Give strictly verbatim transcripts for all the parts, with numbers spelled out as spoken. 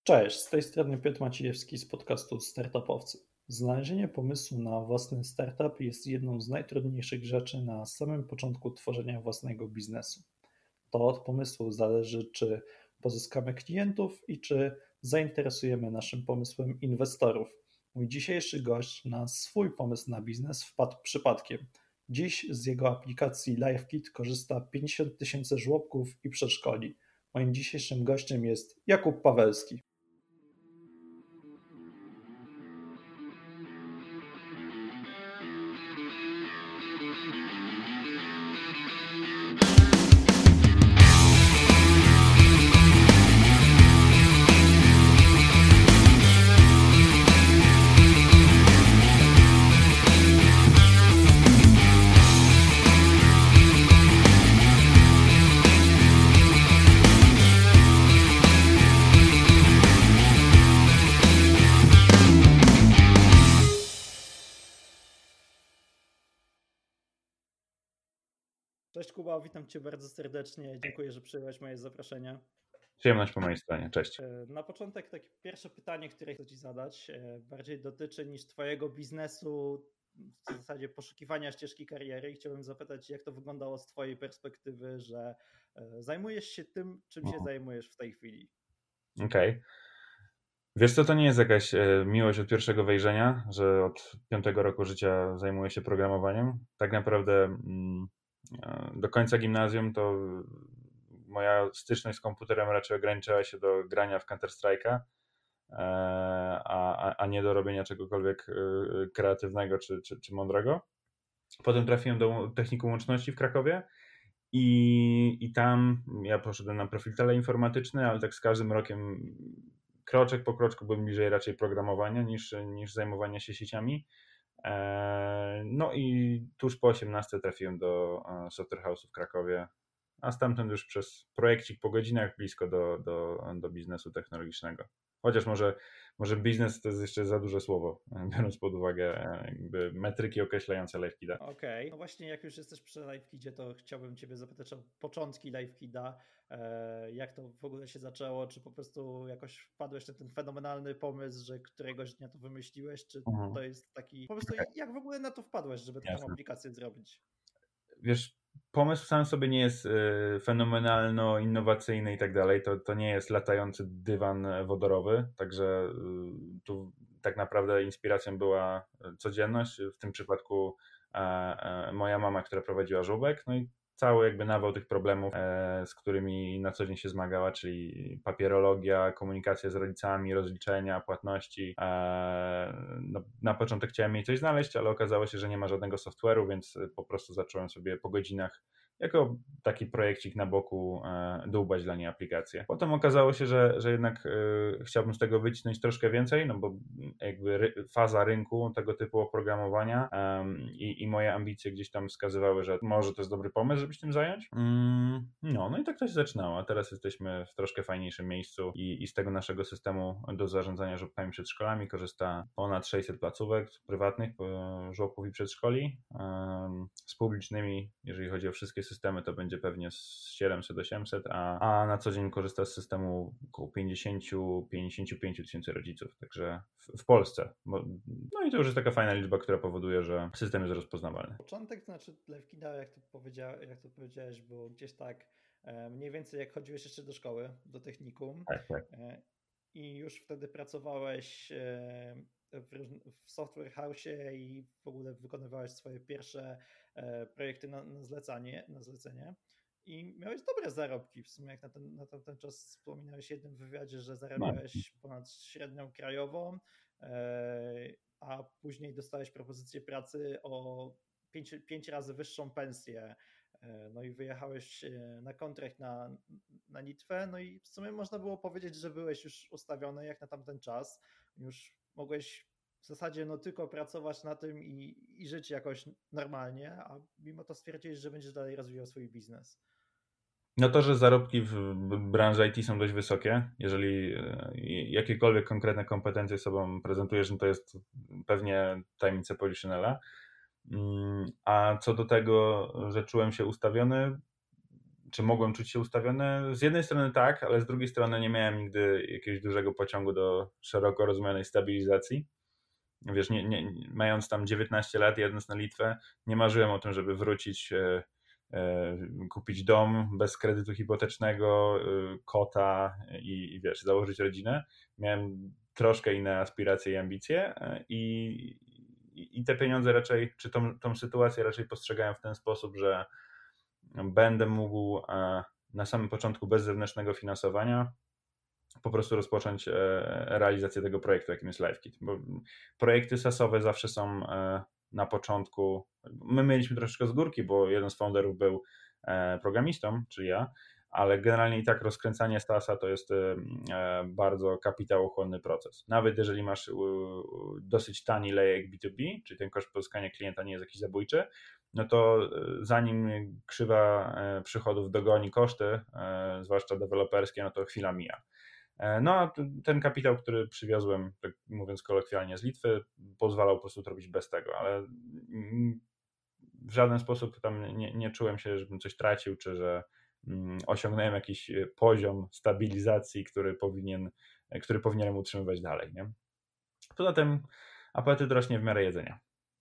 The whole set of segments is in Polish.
Cześć, z tej strony Piotr Maciejewski z podcastu Startupowcy. Znalezienie pomysłu na własny startup jest jedną z najtrudniejszych rzeczy na samym początku tworzenia własnego biznesu. To od pomysłu zależy, czy pozyskamy klientów i czy zainteresujemy naszym pomysłem inwestorów. Mój dzisiejszy gość na swój pomysł na biznes wpadł przypadkiem. Dziś z jego aplikacji LiveKit korzysta pięćdziesiąt tysięcy żłobków i przedszkoli. Moim dzisiejszym gościem jest Jakub Pawelski. Cześć Kuba, witam Cię bardzo serdecznie. Dziękuję, że przyjąłeś moje zaproszenie. Przyjemność po mojej stronie, cześć. Na początek takie pierwsze pytanie, które chcę Ci zadać, bardziej dotyczy niż Twojego biznesu, w zasadzie poszukiwania ścieżki kariery i chciałbym zapytać, jak to wyglądało z Twojej perspektywy, że zajmujesz się tym, czym się zajmujesz w tej chwili. Okej. Okay. Wiesz co, to nie jest jakaś miłość od pierwszego wejrzenia, że od piątego roku życia zajmuję się programowaniem. Tak naprawdę do końca gimnazjum to moja styczność z komputerem raczej ograniczała się do grania w Counter-Strike'a, a, a nie do robienia czegokolwiek kreatywnego czy, czy, czy mądrego. Potem trafiłem do Technikum Łączności w Krakowie i, i tam ja poszedłem na profil teleinformatyczny, ale tak z każdym rokiem kroczek po kroczku byłem bliżej raczej programowania niż, niż zajmowania się sieciami. No i tuż po osiemnastce trafiłem do Software House'u w Krakowie, a stamtąd już przez projekcik po godzinach blisko do, do, do biznesu technologicznego. Chociaż może, może biznes to jest jeszcze za duże słowo, biorąc pod uwagę jakby metryki określające LiveKida. Okej, okay. No właśnie jak już jesteś przy LiveKidzie, to chciałbym Ciebie zapytać o początki LiveKida. Jak to w ogóle się zaczęło? Czy po prostu jakoś wpadłeś na ten fenomenalny pomysł, że któregoś dnia to wymyśliłeś? Czy mhm. to jest taki... Po prostu okay. Jak w ogóle na to wpadłeś, żeby taką Jasne. aplikację zrobić? Wiesz, pomysł sam sobie nie jest fenomenalno innowacyjny i tak dalej. To, to nie jest latający dywan wodorowy, także tu tak naprawdę inspiracją była codzienność. W tym przypadku moja mama, która prowadziła żłobek, no i cały jakby nawał tych problemów, z którymi na co dzień się zmagała, czyli papierologia, komunikacja z rodzicami, rozliczenia, płatności. No, na początek chciałem jej coś znaleźć, ale okazało się, że nie ma żadnego software'u, więc po prostu zacząłem sobie po godzinach jako taki projekcik na boku dłubać dla niej aplikację. Potem okazało się, że, że jednak chciałbym z tego wycisnąć troszkę więcej, no bo jakby faza rynku tego typu oprogramowania i, i moje ambicje gdzieś tam wskazywały, że może to jest dobry pomysł, żeby się tym zająć. No, no i tak to się zaczynało, a teraz jesteśmy w troszkę fajniejszym miejscu i, i z tego naszego systemu do zarządzania żłobkami przedszkolami korzysta ponad sześćset placówek prywatnych, żłobków i przedszkoli. Z publicznymi, jeżeli chodzi o wszystkie systemy, to będzie pewnie z siedemset osiemset, a, a na co dzień korzysta z systemu około pięćdziesiąt do pięćdziesięciu pięciu tysięcy rodziców, także w, w Polsce. Bo, no i to już jest taka fajna liczba, która powoduje, że system jest rozpoznawalny. Początek, to znaczy LiveKida, jak to, powiedzia, jak to powiedziałeś, było gdzieś tak mniej więcej jak chodziłeś jeszcze do szkoły, do technikum. Tak, tak. I już wtedy pracowałeś w, w Software House'ie i w ogóle wykonywałeś swoje pierwsze projekty na, na zlecenie, na zlecenie. I miałeś dobre zarobki. W sumie jak na ten, na ten, ten czas wspominałeś w jednym wywiadzie, że zarabiałeś ponad średnią krajową, a później dostałeś propozycję pracy o pięć, pięć razy wyższą pensję. No i wyjechałeś na kontrakt na, na Litwę, no i w sumie można było powiedzieć, że byłeś już ustawiony jak na tamten czas. Już mogłeś w zasadzie no tylko pracować na tym i, i żyć jakoś normalnie, a mimo to stwierdziłeś, że będziesz dalej rozwijał swój biznes. No to, że zarobki w branży I T są dość wysokie, jeżeli jakiekolwiek konkretne kompetencje sobą prezentujesz, no to jest pewnie tajemnica Poliszynela. A co do tego, że czułem się ustawiony, czy mogłem czuć się ustawiony? Z jednej strony tak, ale z drugiej strony nie miałem nigdy jakiegoś dużego pociągu do szeroko rozumianej stabilizacji. Wiesz, nie, nie, mając tam dziewiętnaście lat, jedząc na Litwę, nie marzyłem o tym, żeby wrócić, e, e, kupić dom bez kredytu hipotecznego, e, kota i, i wiesz, założyć rodzinę. Miałem troszkę inne aspiracje i ambicje e, i, i te pieniądze raczej, czy tą, tą sytuację raczej postrzegałem w ten sposób, że będę mógł e, na samym początku bez zewnętrznego finansowania po prostu rozpocząć realizację tego projektu, jakim jest LiveKit. Bo projekty sasowe zawsze są na początku. My mieliśmy troszeczkę z górki, bo jeden z founderów był programistą, czyli ja, ale generalnie i tak rozkręcanie SaaSa to jest bardzo kapitałochłonny proces. Nawet jeżeli masz dosyć tani lejek B dwa B, czyli ten koszt pozyskania klienta nie jest jakiś zabójczy, no to zanim krzywa przychodów dogoni koszty, zwłaszcza deweloperskie, no to chwila mija. No a ten kapitał, który przywiozłem, tak mówiąc kolokwialnie, z Litwy, pozwalał po prostu to robić bez tego, ale w żaden sposób tam nie, nie czułem się, żebym coś tracił, czy że osiągnąłem jakiś poziom stabilizacji, który powinien, który powinienem utrzymywać dalej. Nie? Poza tym apetyt rośnie w miarę jedzenia.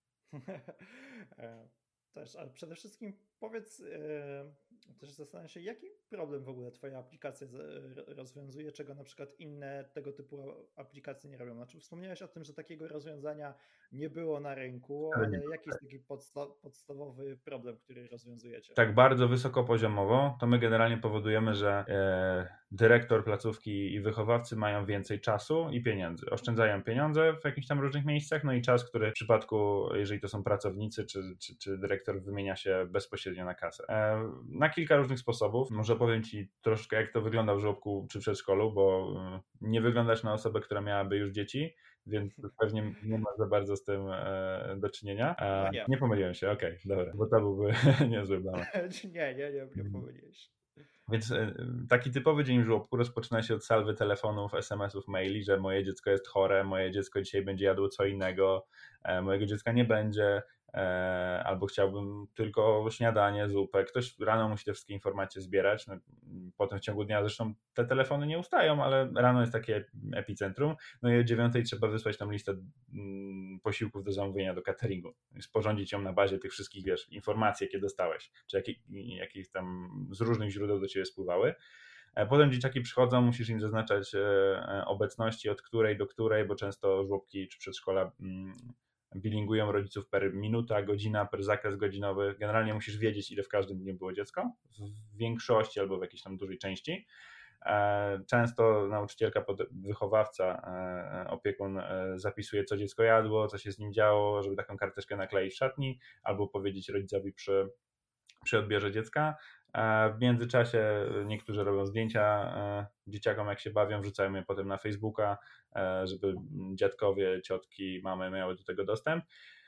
Też, ale przede wszystkim powiedz, yy, też zastanawiam się, jaki problem w ogóle twoja aplikacja rozwiązuje, czego na przykład inne tego typu aplikacje nie robią. Znaczy wspomniałeś o tym, że takiego rozwiązania nie było na rynku, ale jaki jest taki podsta- podstawowy problem, który rozwiązujecie? Tak bardzo wysokopoziomowo, to my generalnie powodujemy, że e, dyrektor placówki i wychowawcy mają więcej czasu i pieniędzy. Oszczędzają pieniądze w jakichś tam różnych miejscach, no i czas, który w przypadku, jeżeli to są pracownicy, czy, czy, czy dyrektor wymienia się bezpośrednio na kasę. E, na kilka różnych sposobów. Może opowiem Ci troszkę, jak to wygląda w żłobku czy przedszkolu, bo e, nie wyglądasz na osobę, która miałaby już dzieci, więc pewnie nie ma za bardzo z tym e, do czynienia. E, no nie. nie pomyliłem się, okej, okay, dobra, bo to byłby niezły plan. nie, nie, nie, nie pomyliłeś. Więc taki typowy dzień w żłobku rozpoczyna się od salwy telefonów, es em esów, maili, że moje dziecko jest chore, moje dziecko dzisiaj będzie jadło co innego, mojego dziecka nie będzie, albo chciałbym tylko śniadanie, zupę. Ktoś rano musi te wszystkie informacje zbierać. No, potem w ciągu dnia zresztą te telefony nie ustają, ale rano jest takie epicentrum. No i o dziewiątej trzeba wysłać tam listę posiłków do zamówienia do cateringu. Sporządzić ją na bazie tych wszystkich, wiesz, informacji, jakie dostałeś, czy jakich, jakich tam z różnych źródeł do ciebie spływały. Potem dzieciaki przychodzą, musisz im zaznaczać obecności od której do której, bo często żłobki czy przedszkola bilingują rodziców per minuta, godzina, per zakres godzinowy. Generalnie musisz wiedzieć, ile w każdym dniu było dziecko, w większości albo w jakiejś tam dużej części. Często nauczycielka, wychowawca, opiekun zapisuje, co dziecko jadło, co się z nim działo, żeby taką karteczkę nakleić w szatni albo powiedzieć rodzicowi przy, przy odbierze dziecka. W międzyczasie niektórzy robią zdjęcia dzieciakom, jak się bawią, wrzucają je potem na Facebooka, żeby dziadkowie, ciotki, mamy miały do tego dostęp.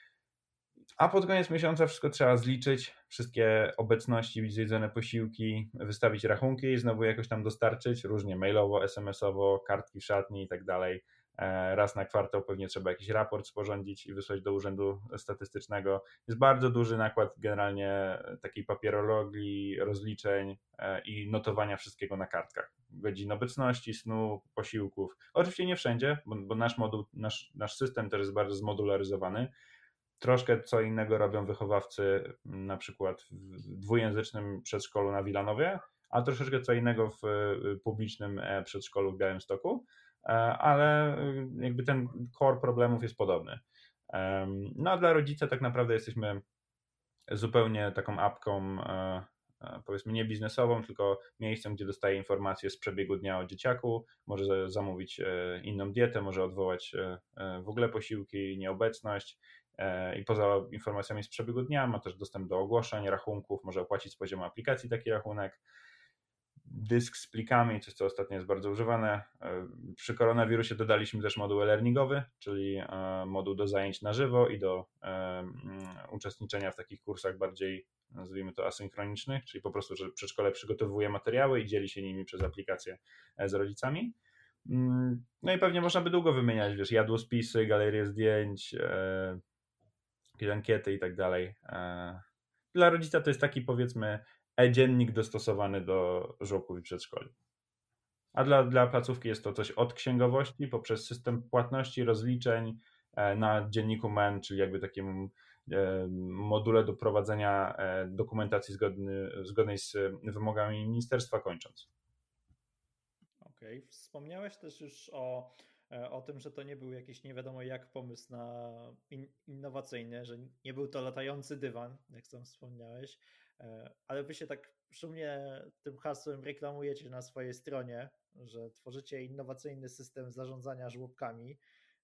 A pod koniec miesiąca wszystko trzeba zliczyć, wszystkie obecności, zjedzone posiłki, wystawić rachunki i znowu jakoś tam dostarczyć, różnie mailowo, es em esowo, kartki w szatni i tak dalej. Raz na kwartał pewnie trzeba jakiś raport sporządzić i wysłać do Urzędu Statystycznego. Jest bardzo duży nakład generalnie takiej papierologii, rozliczeń i notowania wszystkiego na kartkach. Godzin obecności, snu, posiłków. Oczywiście nie wszędzie, bo, bo nasz moduł, nasz, nasz system też jest bardzo zmodularyzowany. Troszkę co innego robią wychowawcy na przykład w dwujęzycznym przedszkolu na Wilanowie, a troszeczkę co innego w publicznym przedszkolu w Białymstoku, ale jakby ten core problemów jest podobny. No a dla rodzica tak naprawdę jesteśmy zupełnie taką apką, powiedzmy nie biznesową, tylko miejscem, gdzie dostaje informacje z przebiegu dnia o dzieciaku, może zamówić inną dietę, może odwołać w ogóle posiłki, nieobecność. I poza informacjami z przebiegu dnia ma też dostęp do ogłoszeń, rachunków, może opłacić z poziomu aplikacji taki rachunek. Dysk z plikami, coś co ostatnio jest bardzo używane. Przy koronawirusie dodaliśmy też moduł e-learningowy, czyli moduł do zajęć na żywo i do uczestniczenia w takich kursach bardziej, nazwijmy to, asynchronicznych, czyli po prostu, że przedszkole przygotowuje materiały i dzieli się nimi przez aplikację z rodzicami. No i pewnie można by długo wymieniać, wiesz, jadłospisy, galerie zdjęć, jakieś ankiety i tak dalej. Dla rodzica to jest taki, powiedzmy, e-dziennik dostosowany do żłobków i przedszkoli. A dla, dla placówki jest to coś od księgowości poprzez system płatności, rozliczeń na dzienniku M E N, czyli jakby takim module do prowadzenia dokumentacji zgodny, zgodnej z wymogami ministerstwa kończąc. Okej, okay. Wspomniałeś też już o, o tym, że to nie był jakiś nie wiadomo jak pomysł na in, innowacyjny, że nie był to latający dywan, jak sam wspomniałeś, ale wy się tak szumnie tym hasłem reklamujecie na swojej stronie, że tworzycie innowacyjny system zarządzania żłobkami.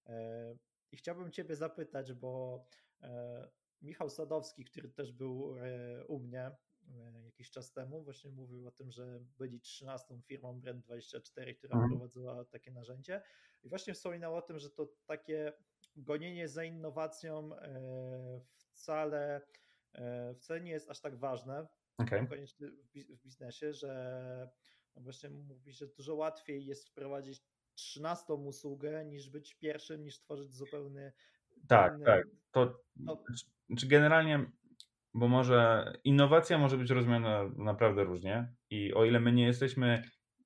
I chciałbym ciebie zapytać, bo Michał Sadowski, który też był u mnie jakiś czas temu, właśnie mówił o tym, że byli trzynastą firmą Brand dwadzieścia cztery, która mhm. wprowadziła takie narzędzie i właśnie wspominał o tym, że to takie gonienie za innowacją wcale, wcale nie jest aż tak ważne, okay. koniecznie w biznesie, że właśnie mówi, że dużo łatwiej jest wprowadzić trzynastą usługę niż być pierwszym, niż tworzyć zupełnie tak, inny... tak. To, no. Czy generalnie, bo może innowacja może być rozumiana naprawdę różnie i o ile my nie jesteśmy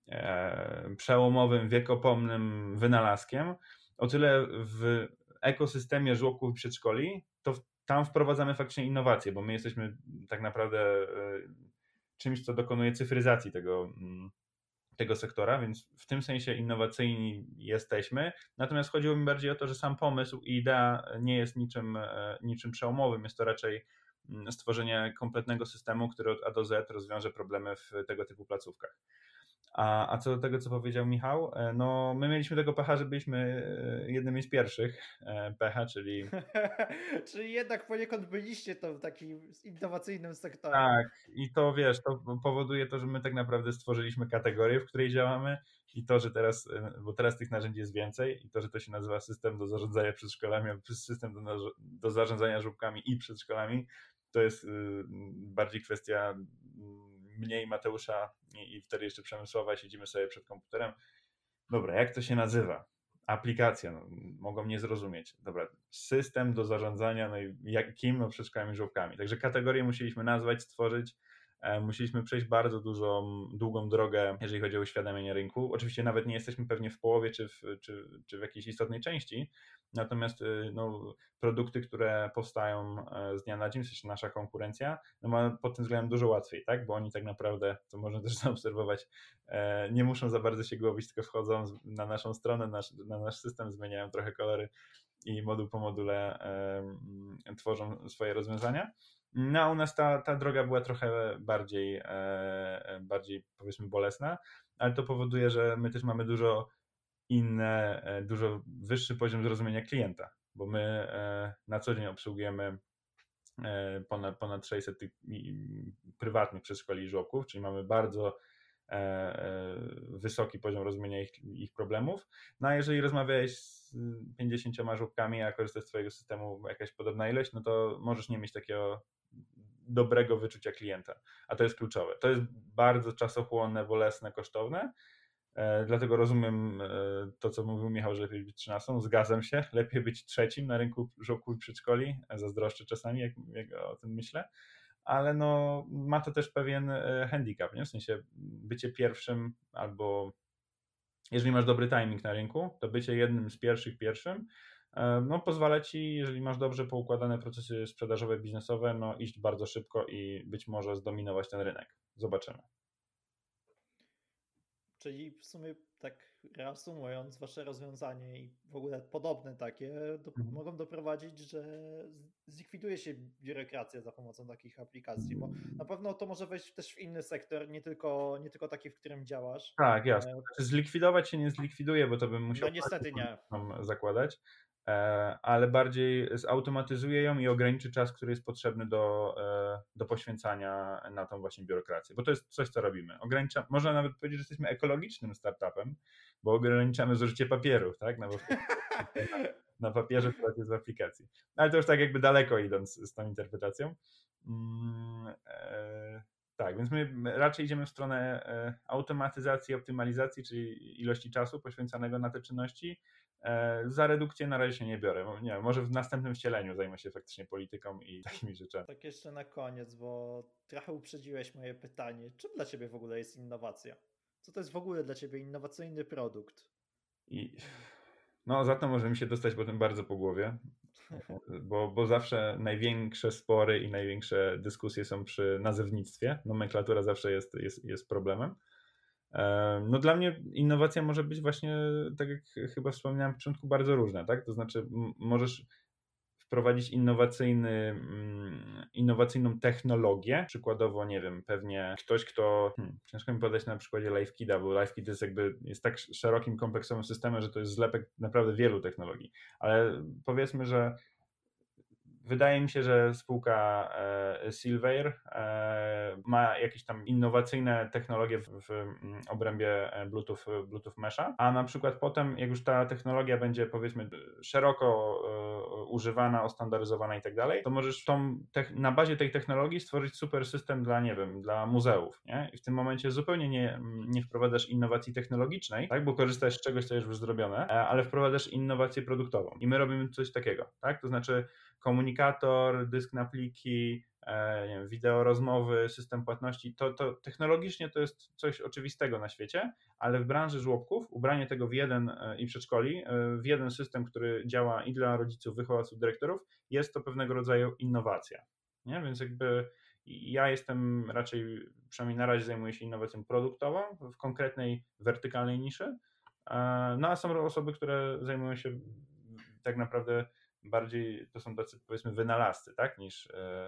e, przełomowym, wiekopomnym wynalazkiem, o tyle w ekosystemie żłobków i przedszkoli, to w, tam wprowadzamy faktycznie innowacje, bo my jesteśmy tak naprawdę e, czymś, co dokonuje cyfryzacji tego, tego sektora, więc w tym sensie innowacyjni jesteśmy. Natomiast chodziło mi bardziej o to, że sam pomysł i idea nie jest niczym, niczym przełomowym, jest to raczej stworzenie kompletnego systemu, który od A do Z rozwiąże problemy w tego typu placówkach. A, a co do tego, co powiedział Michał, no my mieliśmy tego pecha, że byliśmy jednymi z pierwszych pecha, czyli... czyli jednak poniekąd byliście to w takim innowacyjnym sektorze. Tak, i to wiesz, to powoduje to, że my tak naprawdę stworzyliśmy kategorię, w której działamy i to, że teraz, bo teraz tych narzędzi jest więcej i to, że to się nazywa system do zarządzania przedszkolami, system do, do zarządzania żłobkami i przedszkolami, to jest bardziej kwestia mnie i Mateusza i, i wtedy jeszcze Przemysława, siedzimy sobie przed komputerem. Dobra, jak to się nazywa? Aplikacja, no, mogą nie zrozumieć. Dobra, system do zarządzania, no i jakim? No przedszkolami, żłobkami. Także kategorie musieliśmy nazwać, stworzyć. E, musieliśmy przejść bardzo dużą, długą drogę, jeżeli chodzi o uświadamianie rynku. Oczywiście nawet nie jesteśmy pewnie w połowie, czy w, czy, czy w jakiejś istotnej części, natomiast no, produkty, które powstają z dnia na dzień, w sensie nasza konkurencja, no ma pod tym względem dużo łatwiej, tak? Bo oni tak naprawdę, to można też zaobserwować, nie muszą za bardzo się głowić, tylko wchodzą na naszą stronę, nasz, na nasz system, zmieniają trochę kolory i moduł po module e, tworzą swoje rozwiązania. No a u nas ta, ta droga była trochę bardziej, e, bardziej powiedzmy bolesna, ale to powoduje, że my też mamy dużo inne, dużo wyższy poziom zrozumienia klienta, bo my na co dzień obsługujemy ponad, ponad sześćset tych prywatnych przedszkoli i żłobków, czyli mamy bardzo wysoki poziom rozumienia ich, ich problemów. No a jeżeli rozmawiałeś z pięćdziesięcioma żłobkami, a korzystasz z twojego systemu jakaś podobna ilość, no to możesz nie mieć takiego dobrego wyczucia klienta, a to jest kluczowe. To jest bardzo czasochłonne, bolesne, kosztowne. Dlatego rozumiem to, co mówił Michał, że lepiej być trzynastą. Zgadzam się, lepiej być trzecim na rynku żłobków i przedszkoli. Zazdroszczę czasami, jak, jak o tym myślę, ale no, ma to też pewien handicap, nie? W sensie bycie pierwszym albo jeżeli masz dobry timing na rynku, to bycie jednym z pierwszych pierwszym no, pozwala ci, jeżeli masz dobrze poukładane procesy sprzedażowe, biznesowe, no iść bardzo szybko i być może zdominować ten rynek. Zobaczymy. Czyli w sumie tak reasumując, wasze rozwiązanie i w ogóle podobne takie do, mhm. mogą doprowadzić, że zlikwiduje się biurokracja za pomocą takich aplikacji, bo na pewno to może wejść też w inny sektor, nie tylko, nie tylko taki, w którym działasz. Tak, jasne. Zlikwidować się nie zlikwiduje, bo to bym musiał no niestety nie. zakładać, ale bardziej zautomatyzuje ją i ograniczy czas, który jest potrzebny do, do poświęcania na tą właśnie biurokrację, bo to jest coś, co robimy. Ogranicza, można nawet powiedzieć, że jesteśmy ekologicznym startupem, bo ograniczamy zużycie papierów, tak? No bo na papierze to jest w aplikacji. Ale to już tak jakby daleko idąc z tą interpretacją. Tak, więc my raczej idziemy w stronę automatyzacji, optymalizacji, czyli ilości czasu poświęcanego na te czynności. Za redukcję na razie się nie biorę. Nie wiem, może w następnym wcieleniu zajmę się faktycznie polityką i takimi rzeczami. Tak jeszcze na koniec, bo trochę uprzedziłeś moje pytanie. Czym dla ciebie w ogóle jest innowacja? Co to jest w ogóle dla ciebie innowacyjny produkt? I no za to możemy się dostać potem bardzo po głowie, bo, bo zawsze największe spory i największe dyskusje są przy nazewnictwie. Nomenklatura zawsze jest, jest, jest problemem. No dla mnie innowacja może być właśnie, tak jak chyba wspomniałem na początku, bardzo różna, tak? To znaczy m- możesz wprowadzić innowacyjny, innowacyjną technologię, przykładowo, nie wiem, pewnie ktoś, kto, hmm, ciężko mi podać na przykładzie LiveKida, bo LiveKit jest jakby, jest tak szerokim, kompleksowym systemem, że to jest zlepek naprawdę wielu technologii, ale powiedzmy, że wydaje mi się, że spółka Silvair ma jakieś tam innowacyjne technologie w, w obrębie Bluetooth, Bluetooth Mesha, a na przykład potem, jak już ta technologia będzie powiedzmy szeroko używana, ostandaryzowana i tak dalej, to możesz tą na bazie tej technologii stworzyć super system dla, nie wiem, dla muzeów, nie? I w tym momencie zupełnie nie, nie wprowadzasz innowacji technologicznej, tak? Bo korzystasz z czegoś, co jest już zrobione, ale wprowadzasz innowację produktową. I my robimy coś takiego, tak? To znaczy komunikator, dysk na pliki, e, nie wiem, wideo rozmowy, system płatności, to, to technologicznie to jest coś oczywistego na świecie, ale w branży żłobków ubranie tego w jeden e, i przedszkoli, e, w jeden system, który działa i dla rodziców, wychowawców, dyrektorów, jest to pewnego rodzaju innowacja. Nie? Więc jakby ja jestem raczej, przynajmniej na razie zajmuję się innowacją produktową w konkretnej wertykalnej niszy, e, no a są osoby, które zajmują się tak naprawdę bardziej, to są tacy powiedzmy wynalazcy, tak, niż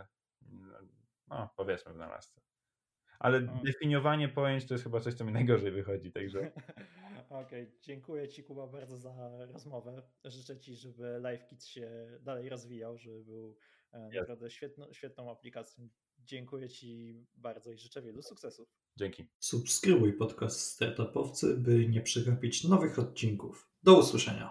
no powiedzmy wynalazcy. Ale hmm. definiowanie pojęć to jest chyba coś, co mi najgorzej wychodzi, także... Okej, okay. Dziękuję Ci, Kuba, bardzo za rozmowę. Życzę Ci, żeby LiveKit się dalej rozwijał, żeby był yes. naprawdę świetną, świetną aplikacją. Dziękuję Ci bardzo i życzę wielu sukcesów. Dzięki. Subskrybuj podcast Startupowcy, by nie przegapić nowych odcinków. Do usłyszenia.